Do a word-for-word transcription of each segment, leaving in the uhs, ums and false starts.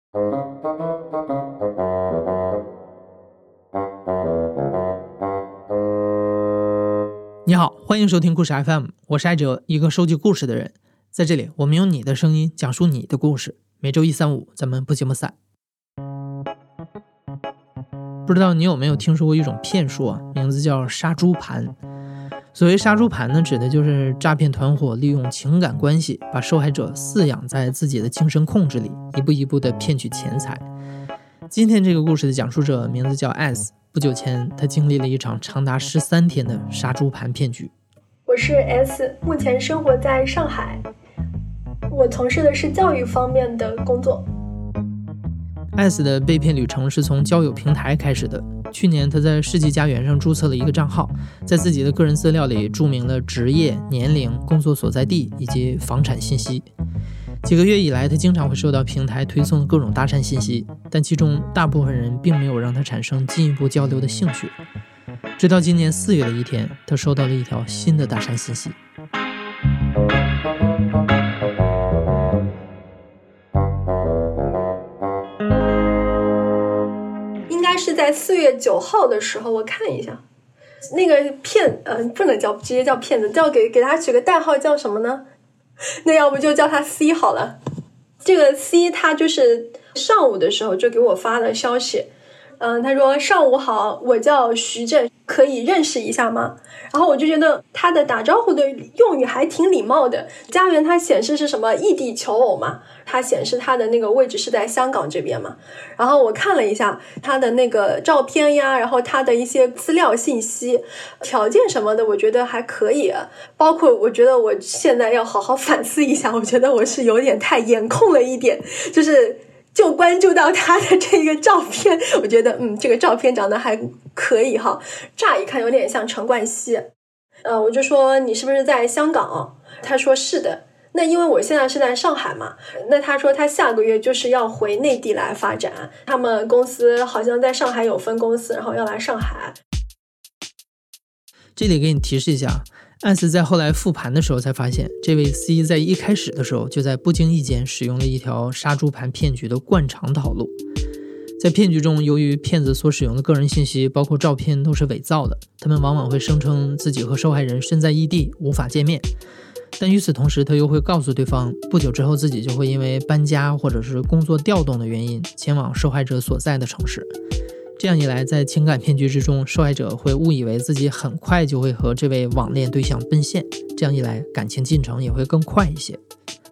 你好，欢迎收听故事 F M， 我是艾哲，一个收集故事的人。在这里，我们用你的声音讲述你的故事。每周一、三、五，咱们不见不散。不知道你有没有听说过一种骗术啊，名字叫杀猪盘。所谓杀猪盘呢，指的就是诈骗团伙利用情感关系，把受害者饲养在自己的精神控制里，一步一步的骗取钱财。今天这个故事的讲述者名字叫 S， 不久前他经历了一场长达十三天的杀猪盘骗局。 我是 S， 目前生活在上海，我从事的是教育方面的工作。 S 的被骗旅程是从交友平台开始的。去年他在世纪佳缘上注册了一个账号，在自己的个人资料里注明了职业、年龄、工作所在地以及房产信息。几个月以来，他经常会收到平台推送的各种搭讪信息，但其中大部分人并没有让他产生进一步交流的兴趣。直到今年四月的一天，他收到了一条新的搭讪信息。 应该是在四月九号的时候，我看一下，那个骗呃不能叫直接叫骗子，叫给给他取个代号叫什么呢？那要不就叫他 C 好了。这个 C 他就是上午的时候就给我发了消息，嗯，他说上午好，我叫徐正，可以认识一下吗？然后我就觉得他的打招呼的用语还挺礼貌的。家园它显示是什么异地求偶嘛，它显示他的那个位置是在香港这边嘛。然后我看了一下他的那个照片呀，然后他的一些资料信息、条件什么的，我觉得还可以。包括我觉得我现在要好好反思一下，我觉得我是有点太颜控了一点，就是就关注到他的这个照片，我觉得嗯，这个照片长得还可以哈，乍一看有点像陈冠希。呃，我就说你是不是在香港？他说是的。那因为我现在是在上海嘛，那他说他下个月就是要回内地来发展，他们公司好像在上海有分公司，然后要来上海。 这里给你提示一下，S 在后来复盘的时候才发现，这位 C 在一开始的时候就在不经意间使用了一条杀猪盘骗局的惯常套路。在骗局中，由于骗子所使用的个人信息包括照片都是伪造的，他们往往会声称自己和受害人身在异地，无法见面。但与此同时，他又会告诉对方，不久之后自己就会因为搬家或者是工作调动的原因前往受害者所在的城市。这样一来，在情感骗局之中，受害者会误以为自己很快就会和这位网恋对象奔现，这样一来，感情进程也会更快一些。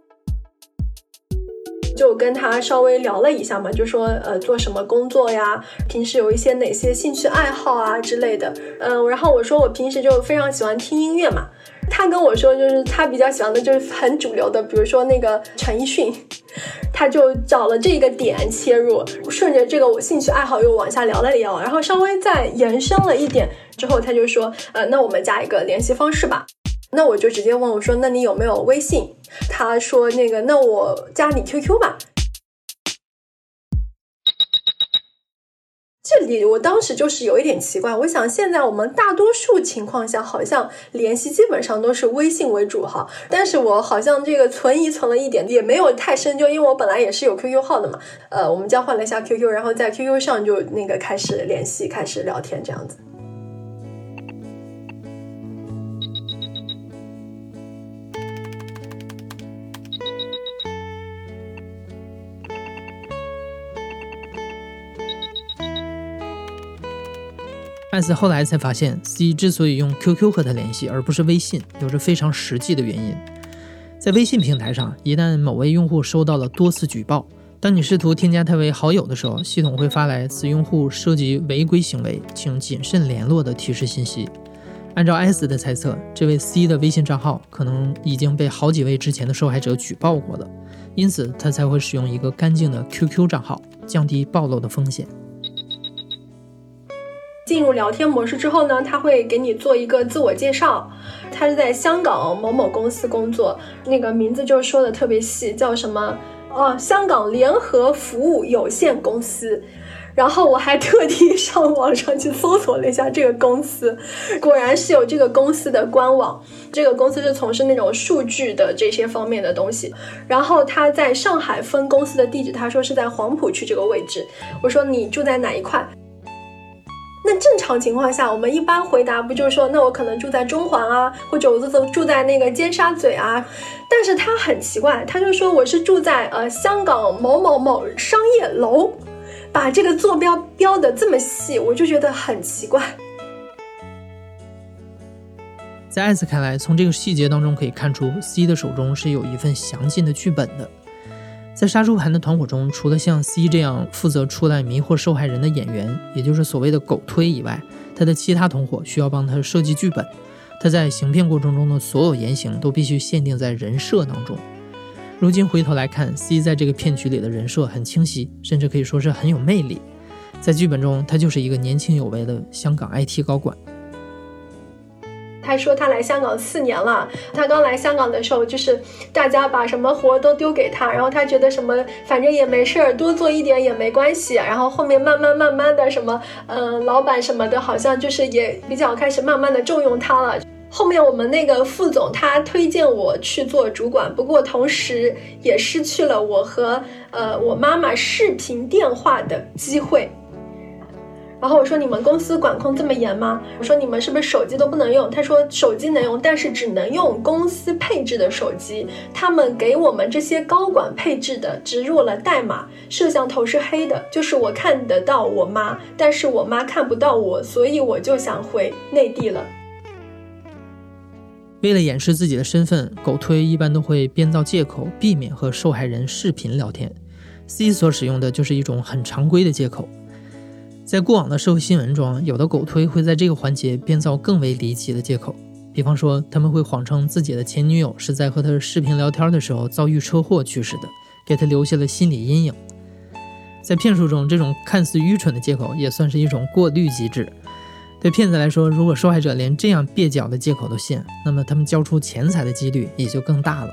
就跟他稍微聊了一下嘛，就说呃做什么工作呀，平时有一些哪些兴趣爱好啊之类的。嗯、呃，然后我说我平时就非常喜欢听音乐嘛。他跟我说就是他比较喜欢的就是很主流的，比如说那个陈奕迅，他就找了这个点切入，顺着这个我兴趣爱好又往下聊了聊，然后稍微再延伸了一点之后，他就说呃那我们加一个联系方式吧。那我就直接问我说那你有没有微信？他说那个那我加你 Q Q 吧。这里我当时就是有一点奇怪，我想现在我们大多数情况下好像联系基本上都是微信为主哈，但是我好像这个存疑存了一点，也没有太深究，因为我本来也是有 Q Q 号的嘛，呃，我们交换了一下 Q Q， 然后在 Q Q 上就那个开始联系，开始聊天这样子。 S 后来才发现 C 之所以用 Q Q 和他联系而不是微信，有着非常实际的原因。在微信平台上，一旦某位用户收到了多次举报，当你试图添加他为好友的时候，系统会发来此用户涉及违规行为，请谨慎联络的提示信息。按照 S 的猜测，这位 C 的微信账号可能已经被好几位之前的受害者举报过了，因此他才会使用一个干净的 Q Q 账号，降低暴露的风险。 进入聊天模式之后呢，他会给你做一个自我介绍，他是在香港某某公司工作，那个名字就说的特别细，叫什么哦，香港联合服务有限公司。然后我还特地上网上去搜索了一下这个公司，果然是有这个公司的官网。这个公司是从事那种数据的这些方面的东西。然后他在上海分公司的地址，他说是在黄浦区这个位置。我说你住在哪一块？那正常情况下，我们一般回答不就是说，那我可能住在中环啊，或者我住在那个尖沙咀啊。但是他很奇怪，他就说我是住在呃香港某某某商业楼。把这个坐标标的这么细，我就觉得很奇怪。 在艾斯看来，从这个细节当中可以看出 C 的手中是有一份详尽的剧本的。在杀猪盘的团伙中，除了像 C 这样负责出来迷惑受害人的演员，也就是所谓的狗推以外，他的其他同伙需要帮他设计剧本。他在行骗过程中的所有言行都必须限定在人设当中。如今回头来看， C 在这个骗局里的人设很清晰，甚至可以说是很有魅力。在剧本中，他就是一个年轻有为的香港 I T 高管。 他说他来香港四年了，他刚来香港的时候就是大家把什么活都丢给他，然后他觉得什么反正也没事儿，多做一点也没关系。然后后面慢慢慢慢的什么嗯、呃，老板什么的好像就是也比较开始慢慢的重用他了。后面我们那个副总他推荐我去做主管，不过同时也失去了我和呃我妈妈视频电话的机会。然后我说你们公司管控这么严吗？我说你们是不是手机都不能用？他说手机能用，但是只能用公司配置的手机，他们给我们这些高管配置的植入了代码，摄像头是黑的，就是我看得到我妈，但是我妈看不到我，所以我就想回内地了。 为了掩饰自己的身份，狗推一般都会编造借口，避免和受害人视频聊天。C 所使用的就是一种很常规的借口。在过往的社会新闻中，有的狗推会在这个环节编造更为离奇的借口，比方说他们会谎称自己的前女友是在和他视频聊天的时候遭遇车祸去世的，给他留下了心理阴影。在骗术中，这种看似愚蠢的借口也算是一种过滤机制。对骗子来说，如果受害者连这样蹩脚的借口都信，那么他们交出钱财的几率也就更大了。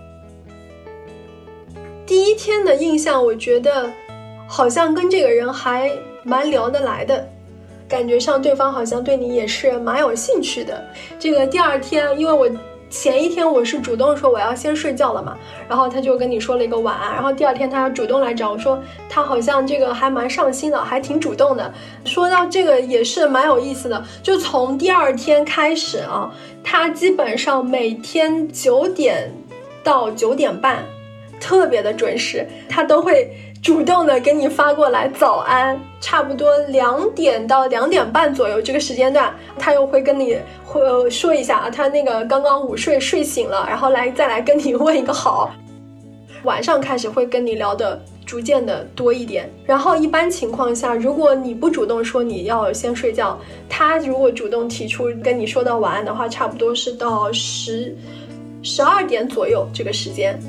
第一天的印象，我觉得好像跟这个人还蛮聊得来的，感觉上对方好像对你也是蛮有兴趣的。这个第二天，因为我前一天我是主动说我要先睡觉了嘛，然后他就跟你说了一个晚安，然后第二天他主动来找我说他好像这个还蛮上心的，还挺主动的。说到这个也是蛮有意思的，就从第二天开始啊，他基本上每天九点到九点半特别的准时，他都会主动的给你发过来早安，差不多两点到两点半左右这个时间段，他又会跟你会说一下他那个刚刚午睡睡醒了，然后来再来跟你问一个好。晚上开始会跟你聊的逐渐的多一点，然后一般情况下，如果你不主动说你要先睡觉，他如果主动提出跟你说到晚安的话，差不多是到十十二点左右这个时间。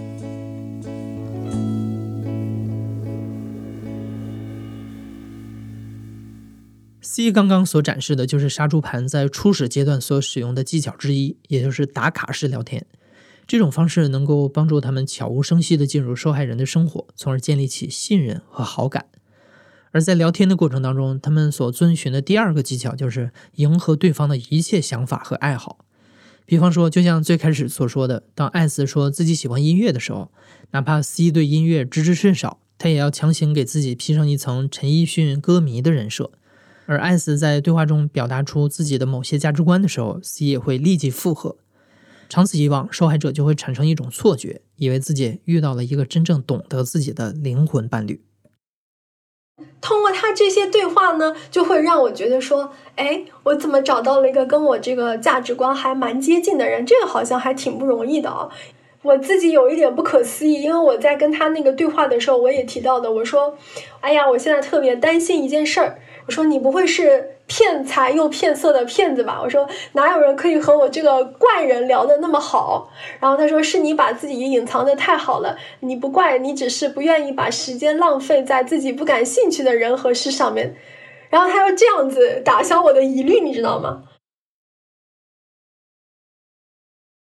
C 刚刚所展示的就是杀猪盘在初始阶段所使用的技巧之一，也就是打卡式聊天。这种方式能够帮助他们悄无声息地进入受害人的生活，从而建立起信任和好感。而在聊天的过程当中，他们所遵循的第二个技巧就是迎合对方的一切想法和爱好。比方说，就像最开始所说的，当艾斯说自己喜欢音乐的时候，哪怕 C 对音乐知之甚少，他也要强行给自己披上一层陈奕迅歌迷的人设。而艾斯在对话中表达出自己的某些价值观的时候， C 也会立即附和。长此以往，受害者就会产生一种错觉，以为自己遇到了一个真正懂得自己的灵魂伴侣。 通过他这些对话呢，就会让我觉得说，哎，我怎么找到了一个跟我这个价值观还蛮接近的人，这个好像还挺不容易的啊。我自己有一点不可思议，因为我在跟他那个对话的时候，我也提到的，我说，哎呀，我现在特别担心一件事儿，我说你不会是骗财又骗色的骗子吧？我说哪有人可以和我这个怪人聊得那么好？然后他说是你把自己隐藏得太好了，你不怪，你只是不愿意把时间浪费在自己不感兴趣的人和事上面。然后他又这样子打消我的疑虑，你知道吗？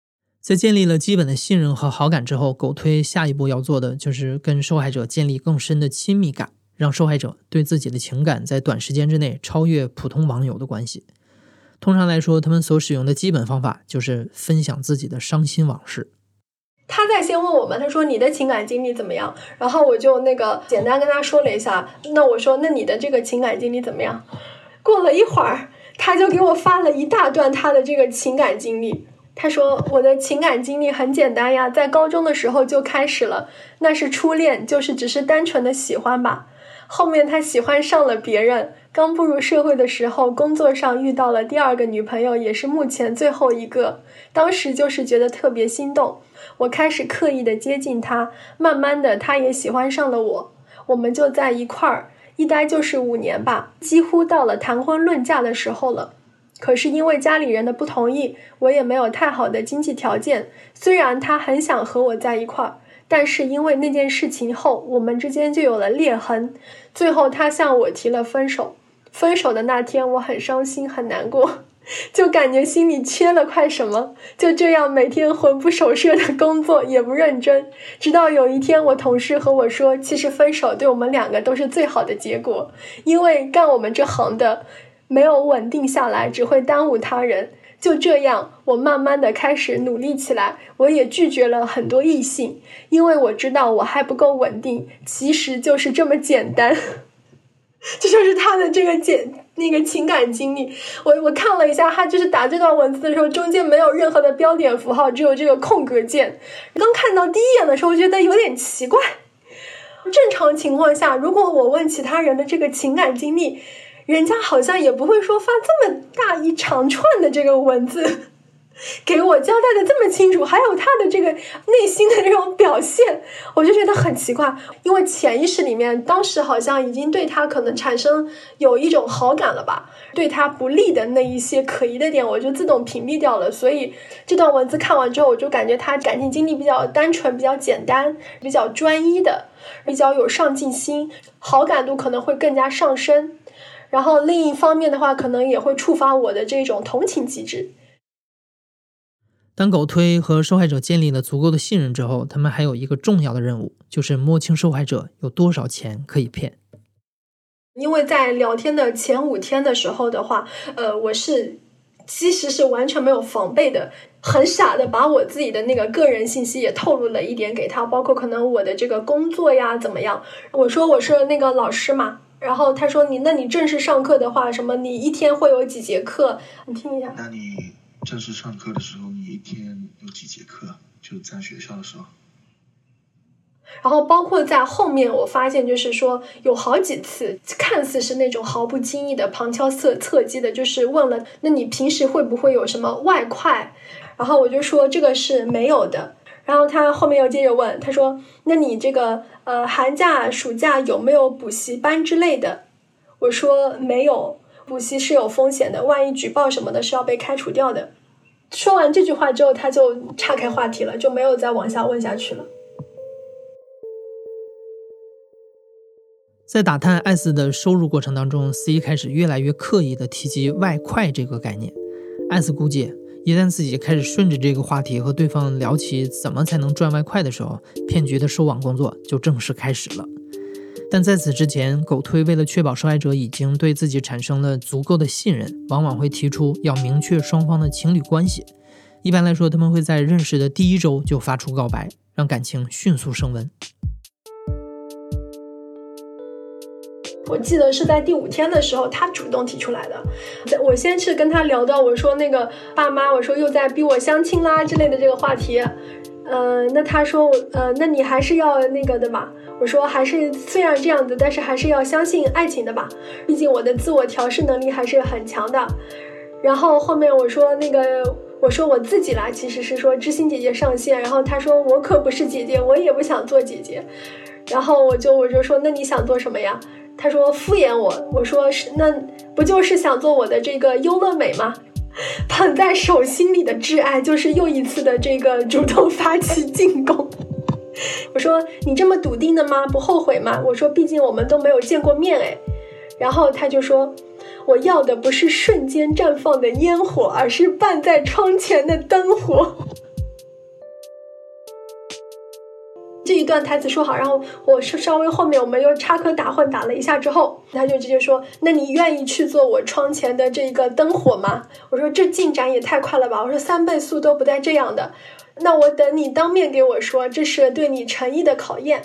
在建立了基本的信任和好感之后，狗推下一步要做的就是跟受害者建立更深的亲密感，让受害者对自己的情感在短时间之内超越普通网友的关系。通常来说，他们所使用的基本方法就是分享自己的伤心往事。 他在先问我们，他说你的情感经历怎么样？然后我就那个简单跟他说了一下，那我说那你的这个情感经历怎么样？过了一会儿，他就给我发了一大段他的这个情感经历。他说我的情感经历很简单呀，在高中的时候就开始了，那是初恋，就是只是单纯的喜欢吧。后面他喜欢上了别人，刚步入社会的时候，工作上遇到了第二个女朋友，也是目前最后一个。当时就是觉得特别心动，我开始刻意的接近他，慢慢的他也喜欢上了我，我们就在一块儿，一待就是五年吧，几乎到了谈婚论嫁的时候了。可是因为家里人的不同意，我也没有太好的经济条件，虽然他很想和我在一块儿，但是因为那件事情后，我们之间就有了裂痕，最后他向我提了分手。分手的那天我很伤心很难过，就感觉心里缺了块什么，就这样每天魂不守舍的工作，也不认真。直到有一天我同事和我说，其实分手对我们两个都是最好的结果，因为干我们这行的没有稳定下来，只会耽误他人。就这样，我慢慢的开始努力起来，我也拒绝了很多异性，因为我知道我还不够稳定，其实就是这么简单。这就是他的这个简那个情感经历。我我看了一下，他就是打这段文字的时候，中间没有任何的标点符号，只有这个空格键。刚看到第一眼的时候，觉得有点奇怪。正常情况下，如果我问其他人的这个情感经历，人家好像也不会说发这么大一长串的这个文字给我交代的这么清楚，还有他的这个内心的这种表现，我就觉得很奇怪。因为潜意识里面当时好像已经对他可能产生有一种好感了吧，对他不利的那一些可疑的点我就自动屏蔽掉了。所以这段文字看完之后，我就感觉他感情经历比较单纯，比较简单，比较专一的，比较有上进心，好感度可能会更加上升。然后另一方面的话，可能也会触发我的这种同情机制。 当狗推和受害者建立了足够的信任之后，他们还有一个重要的任务，就是摸清受害者有多少钱可以骗。 因为在聊天的前五天的时候的话，呃，我是其实是完全没有防备的，很傻的把我自己的那个个人信息也透露了一点给他，包括可能我的这个工作呀怎么样。我说我是那个老师嘛，然后他说你那你正式上课的话，什么你一天会有几节课？你听一下。 那你正式上课的时候，你一天有几节课？就在学校的时候。 然后包括在后面我发现就是说有好几次看似是那种毫不经意的旁敲侧侧击的，就是问了那你平时会不会有什么外快，然后我就说这个是没有的。然后他后面又接着问，他说那你这个呃寒假暑假有没有补习班之类的？我说没有，补习是有风险的，万一举报什么的是要被开除掉的。说完这句话之后，他就岔开话题了，就没有再往下问下去了。 在打探艾斯的收入过程当中， C 开始越来越刻意地提及外快这个概念。艾斯估计一旦自己开始顺着这个话题和对方聊起怎么才能赚外快的时候，骗局的收网工作就正式开始了。但在此之前，狗推为了确保受害者已经对自己产生了足够的信任，往往会提出要明确双方的情侣关系。一般来说，他们会在认识的第一周就发出告白，让感情迅速升温。 我记得是在第五天的时候他主动提出来的。我先是跟他聊到我说那个爸妈我说又在逼我相亲啦之类的这个话题，呃，那他说呃，那你还是要那个的吧。我说还是虽然这样子，但是还是要相信爱情的吧，毕竟我的自我调试能力还是很强的。然后后面我说那个我说我自己啦，其实是说知心姐姐上线，然后他说我可不是姐姐，我也不想做姐姐。然后我就我就说那你想做什么呀？他说敷衍我。我说是，那不就是想做我的这个优乐美吗？捧在手心里的挚爱就是又一次的这个主动发起进攻。我说你这么笃定的吗？不后悔吗？我说毕竟我们都没有见过面哎。然后他就说我要的不是瞬间绽放的烟火，而是伴在窗前的灯火。 段台词说好，然后我稍微后面我们又插科打诨打了一下之后，他就直接说，那你愿意去做我窗前的这个灯火吗？我说这进展也太快了吧，我说三倍速都不带这样的，那我等你当面给我说，这是对你诚意的考验。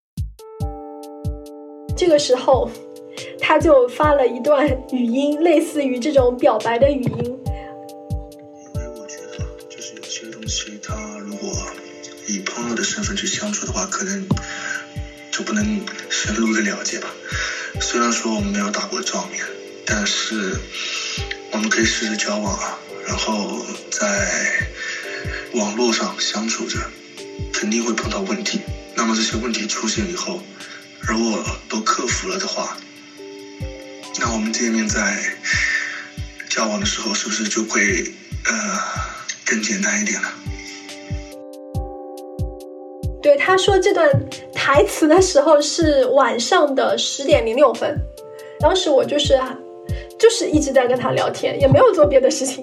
这个时候他就发了一段语音，类似于这种表白的语音。 因为我觉得就是有些东西他如果以朋友的身份去相处的话，可能就不能深入的了解吧。虽然说我们没有打过照面，但是我们可以试着交往啊，然后在网络上相处着，肯定会碰到问题。那么这些问题出现以后，如果都克服了的话，那我们见面在交往的时候，是不是就会呃更简单一点了？ 对，他说这段台词的时候是晚上的十点零六分，当时我就是就是一直在跟他聊天，也没有做别的事情。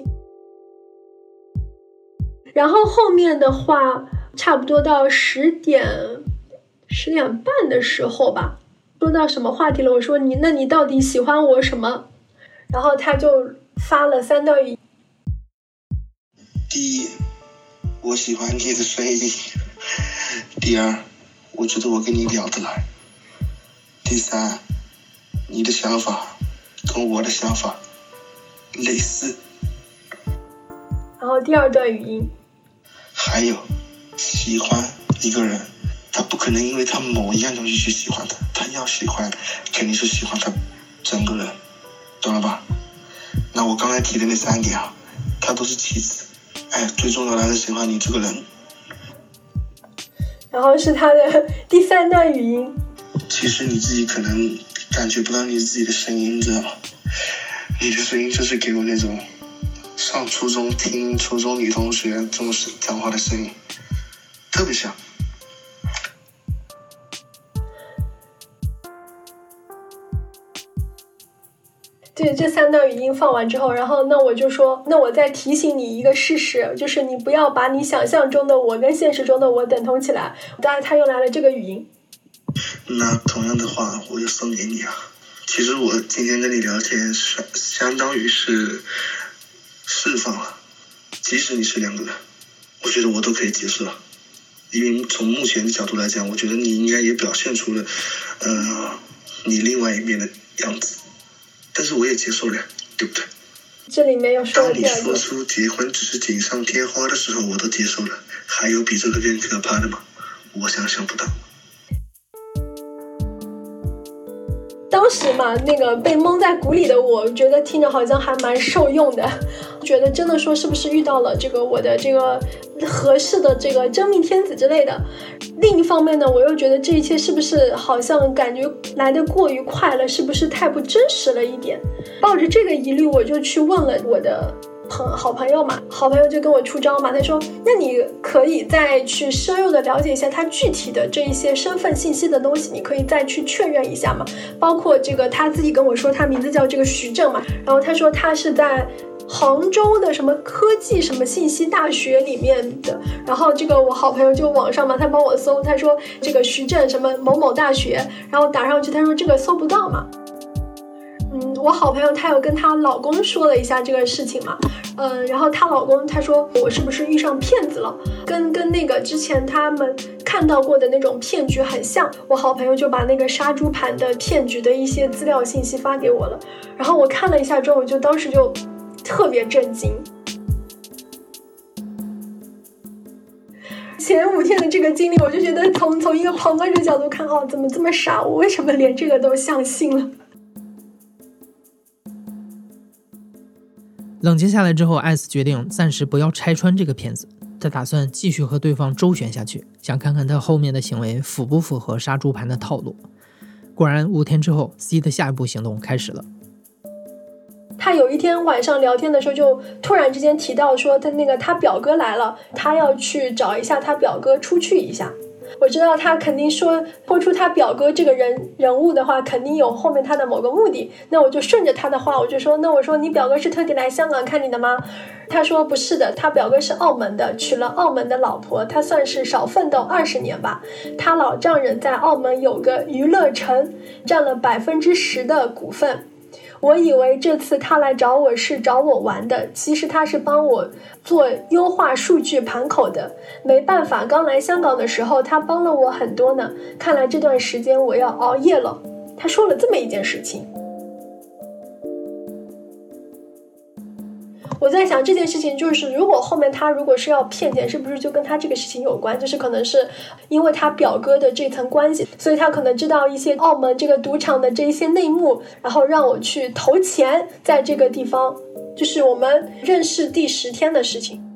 然后后面的话，差不多到十点十点半的时候吧，说到什么话题了？我说你，那你到底喜欢我什么？然后他就发了三段语音。 第一，我喜欢你的声音。第二，我觉得我跟你聊得来。第三，你的想法跟我的想法类似。 然后第二段语音。 还有，喜欢一个人，他不可能因为他某一样东西去喜欢他，他要喜欢肯定是喜欢他整个人，懂了吧？那我刚才提的那三点啊，它都是其次，哎，最重要的还是喜欢你这个人。 然后是他的第三段语音。 其实你自己可能感觉不到你自己的声音，知道吗？你的声音就是给我那种上初中听初中女同学这种讲话的声音，特别像。 对，这三段语音放完之后，然后那我就说，那我再提醒你一个事实，就是你不要把你想象中的我跟现实中的我等同起来。当然他又来了这个语音。 那同样的话我就送给你啊。其实我今天跟你聊天是相当于是释放了，即使你是两个人，我觉得我都可以接受。因为从目前的角度来讲，我觉得你应该也表现出了呃你另外一面的样子，但是我也接受了，对不对？ 这里面又说了第二当你说出结婚只是锦上添花的时候，我都接受了，还有比这个更可怕的吗？我想象不到。 当时嘛，那个被蒙在鼓里的我觉得听着好像还蛮受用的，觉得真的说是不是遇到了这个我的这个合适的这个真命天子之类的。另一方面呢，我又觉得这一切是不是好像感觉来得过于快了，是不是太不真实了一点？抱着这个疑虑，我就去问了我的朋好朋友嘛，好朋友就跟我出招嘛，他说那你可以再去深入的了解一下他具体的这一些身份信息的东西，你可以再去确认一下嘛，包括这个他自己跟我说他名字叫这个徐正嘛，然后他说他是在杭州的什么科技什么信息大学里面的，然后这个我好朋友就网上嘛，他帮我搜，他说这个徐正什么某某大学，然后打上去，他说这个搜不到嘛。嗯，我好朋友她有跟她老公说了一下这个事情嘛，嗯，然后她老公他说我是不是遇上骗子了，跟跟那个之前他们看到过的那种骗局很像。我好朋友就把那个杀猪盘的骗局的一些资料信息发给我了，然后我看了一下之后，我就当时就特别震惊。前五天的这个经历，我就觉得从从一个旁观者角度看，哦，怎么这么傻，我为什么连这个都相信了？ 冷静下来之后，艾斯决定暂时不要拆穿这个骗子，他打算继续和对方周旋下去，想看看他后面的行为符不符合杀猪盘的套路。果然五天之后 C 的下一步行动开始了。 他有一天晚上聊天的时候，就突然之间提到说他那个他表哥来了，他要去找一下他表哥出去一下。 我知道他肯定说播出他表哥这个人人物的话，肯定有后面他的某个目的。那我就顺着他的话，我就说，那我说你表哥是特地来香港看你的吗？他说不是的，他表哥是澳门的，娶了澳门的老婆，他算是少奋斗二十年吧。他老丈人在澳门有个娱乐城，占了百分之十的股份。我以为这次他来找我是找我玩的，其实他是帮我做优化数据盘口的。没办法，刚来香港的时候他帮了我很多呢，看来这段时间我要熬夜了。他说了这么一件事情。我在想这件事情，就是如果后面他如果是要骗钱，是不是就跟他这个事情有关，就是可能是因为他表哥的这层关系，所以他可能知道一些澳门这个赌场的这一些内幕，然后让我去投钱在这个地方。就是我们认识第十天的事情，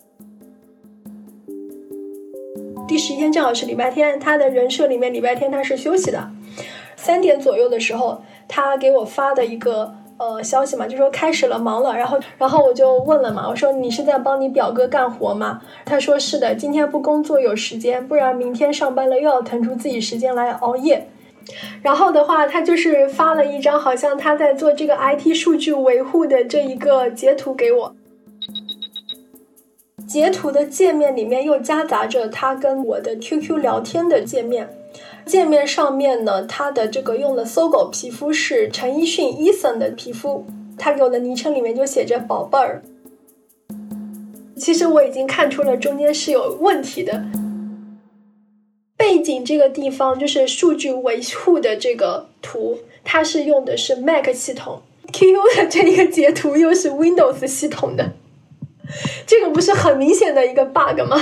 第十天正好是礼拜天，他的人设里面礼拜天他是休息的。三点左右的时候他给我发的一个呃，消息嘛，就说开始了，忙了，然后，然后我就问了嘛，我说你是在帮你表哥干活吗？他说是的，今天不工作有时间，不然明天上班了又要腾出自己时间来熬夜。然后的话，他就是发了一张好像他在做这个 I T 数据维护的这一个截图给我。截图的界面里面又夹杂着他跟我的 Q Q 聊天的界面。界面上面呢，他的这个用的搜狗皮肤是陈奕迅 Eason 的皮肤，他给我的昵称里面就写着宝贝儿。其实我已经看出了中间是有问题的。背景这个地方就是数据维护的这个图，它是用的是 Mac 系统， Q Q 的这个截图又是 Windows 系统的，这个不是很明显的一个 bug 吗？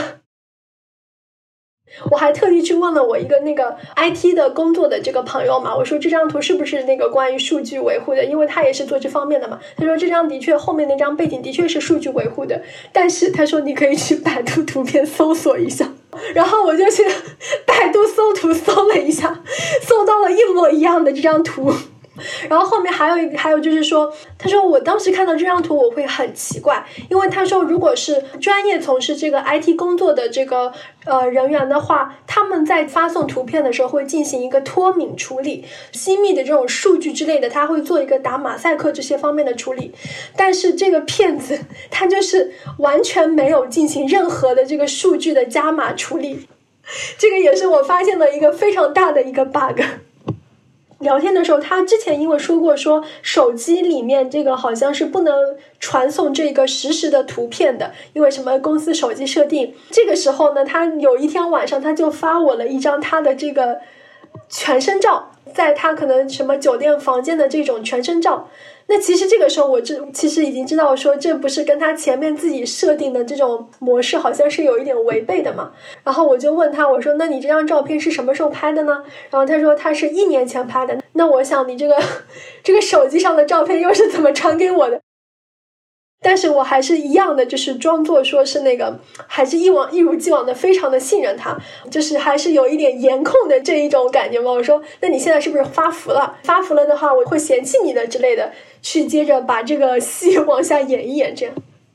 我还特地去问了我一个那个 I T 的工作的这个朋友嘛，我说这张图是不是那个关于数据维护的，因为他也是做这方面的嘛。他说这张的确后面那张背景的确是数据维护的，但是他说你可以去百度图片搜索一下。然后我就去百度搜图搜了一下，搜到了一模一样的这张图。然后后面还有一个，还有就是说，他说我当时看到这张图我会很奇怪，因为他说如果是专业从事这个 I T 工作的这个呃人员的话，他们在发送图片的时候会进行一个脱敏处理，机密的这种数据之类的，他会做一个打马赛克这些方面的处理。但是这个骗子他就是完全没有进行任何的这个数据的加码处理，这个也是我发现了一个非常大的一个 bug。聊天的时候，他之前因为说过说手机里面这个好像是不能传送这个实时的图片的，因为什么公司手机设定。这个时候呢，他有一天晚上他就发我了一张他的这个全身照，在他可能什么酒店房间的这种全身照。那其实这个时候我这其实已经知道说这不是跟他前面自己设定的这种模式好像是有一点违背的嘛。然后我就问他，我说那你这张照片是什么时候拍的呢？然后他说他是一年前拍的。那我想你这个这个手机上的照片又是怎么传给我的？但是我还是一样的，就是装作说是那个，还是一往一如既往的非常的信任他，就是还是有一点颜控的这一种感觉嘛。我说那你现在是不是发福了？发福了的话我会嫌弃你的之类的，去接着把这个戏往下演一演这样。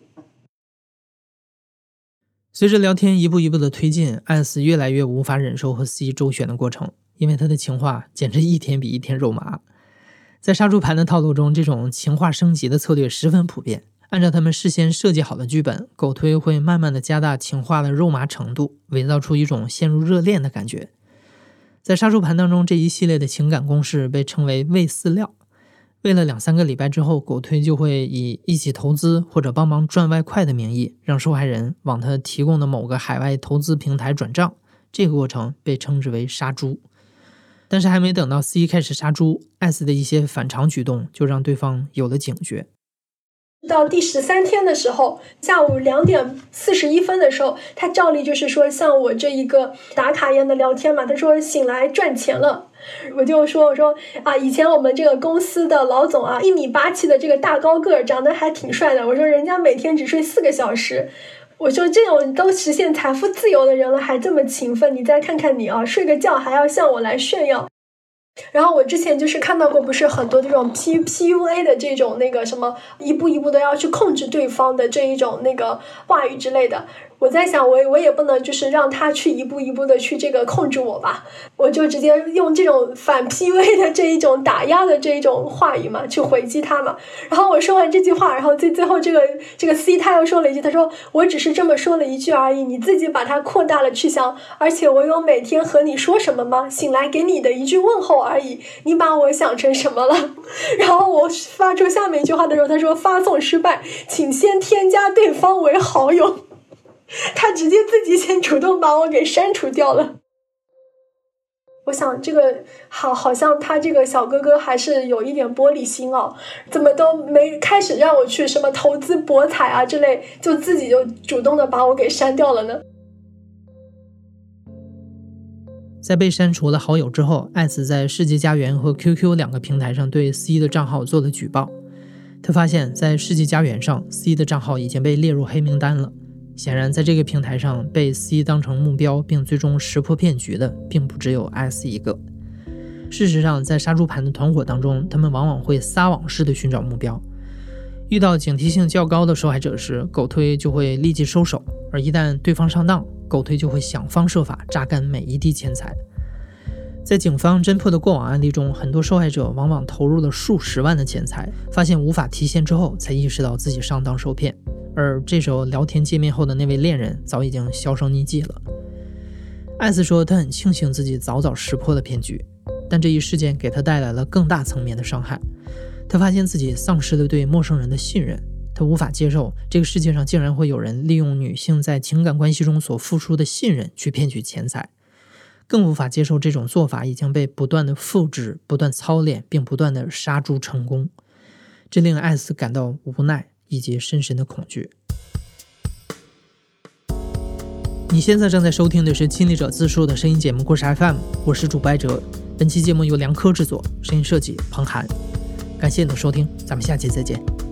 随着聊天一步一步的推进，艾斯越来越无法忍受和 C 周旋的过程，因为他的情话简直一天比一天肉麻。在杀猪盘的套路中，这种情话升级的策略十分普遍。按照他们事先设计好的剧本，狗推会慢慢的加大情话的肉麻程度，伪造出一种陷入热恋的感觉。在杀猪盘当中，这一系列的情感攻势被称为喂饲料。喂了两三个礼拜之后，狗推就会以一起投资或者帮忙赚外快的名义，让受害人往他提供的某个海外投资平台转账，这个过程被称之为杀猪。但是还没等到 C 开始杀猪，艾斯的一些反常举动就让对方有了警觉。 到第十三天的时候，下午两点四十一分的时候，他照例就是说像我这一个打卡一样的聊天嘛，他说醒来赚钱了。我就说我说啊，以前我们这个公司的老总啊，一米八七的这个大高个儿，长得还挺帅的。我说人家每天只睡四个小时，我说这种都实现财富自由的人了，还这么勤奋，你再看看你啊，睡个觉还要向我来炫耀。然后我之前就是看到过，不是很多这种 P P U A 的这种那个什么一步一步的要去控制对方的这一种那个话语之类的。 我在想我我也不能就是让他去一步一步的去这个控制我吧，我就直接用这种反 P U A 的这一种打压的这一种话语嘛去回击他嘛。然后我说完这句话，然后最最后这个这个 C 他又说了一句，他说我只是这么说了一句而已，你自己把它扩大了去想，而且我有每天和你说什么吗？醒来给你的一句问候而已，你把我想成什么了？然后我发出下面一句话的时候，他说发送失败，请先添加对方为好友。他直接自己先主动把我给删除掉了。我想这个好好像他这个小哥哥还是有一点玻璃心哦，怎么都没开始让我去什么投资博彩啊之类，就自己就主动的把我给删掉了呢。 在被删除了好友之后，艾斯在世纪佳缘和 Q Q 两个平台上对 C 的账号做了举报。他发现在世纪佳缘上 C 的账号已经被列入黑名单了，显然在这个平台上被 C 当成目标并最终识破骗局的并不只有 S 一个。事实上，在杀猪盘的团伙当中，他们往往会撒网式的寻找目标，遇到警惕性较高的受害者时，狗推就会立即收手，而一旦对方上当，狗推就会想方设法榨干每一滴钱财。在警方侦破的过往案例中，很多受害者往往投入了数十万的钱财，发现无法提现之后才意识到自己上当受骗，而这时候聊天界面后的那位恋人早已经销声匿迹了。艾斯说他很庆幸自己早早识破了骗局，但这一事件给他带来了更大层面的伤害。他发现自己丧失了对陌生人的信任，他无法接受这个世界上竟然会有人利用女性在情感关系中所付出的信任去骗取钱财，更无法接受这种做法已经被不断的复制、不断操练并不断的杀猪成功。这令艾斯感到无奈以及深深的恐惧。你现在正在收听的是亲历者自述的声音节目故事 F M， 我是主播哲。本期节目由梁科制作，声音设计彭涵。感谢你的收听，咱们下期再见。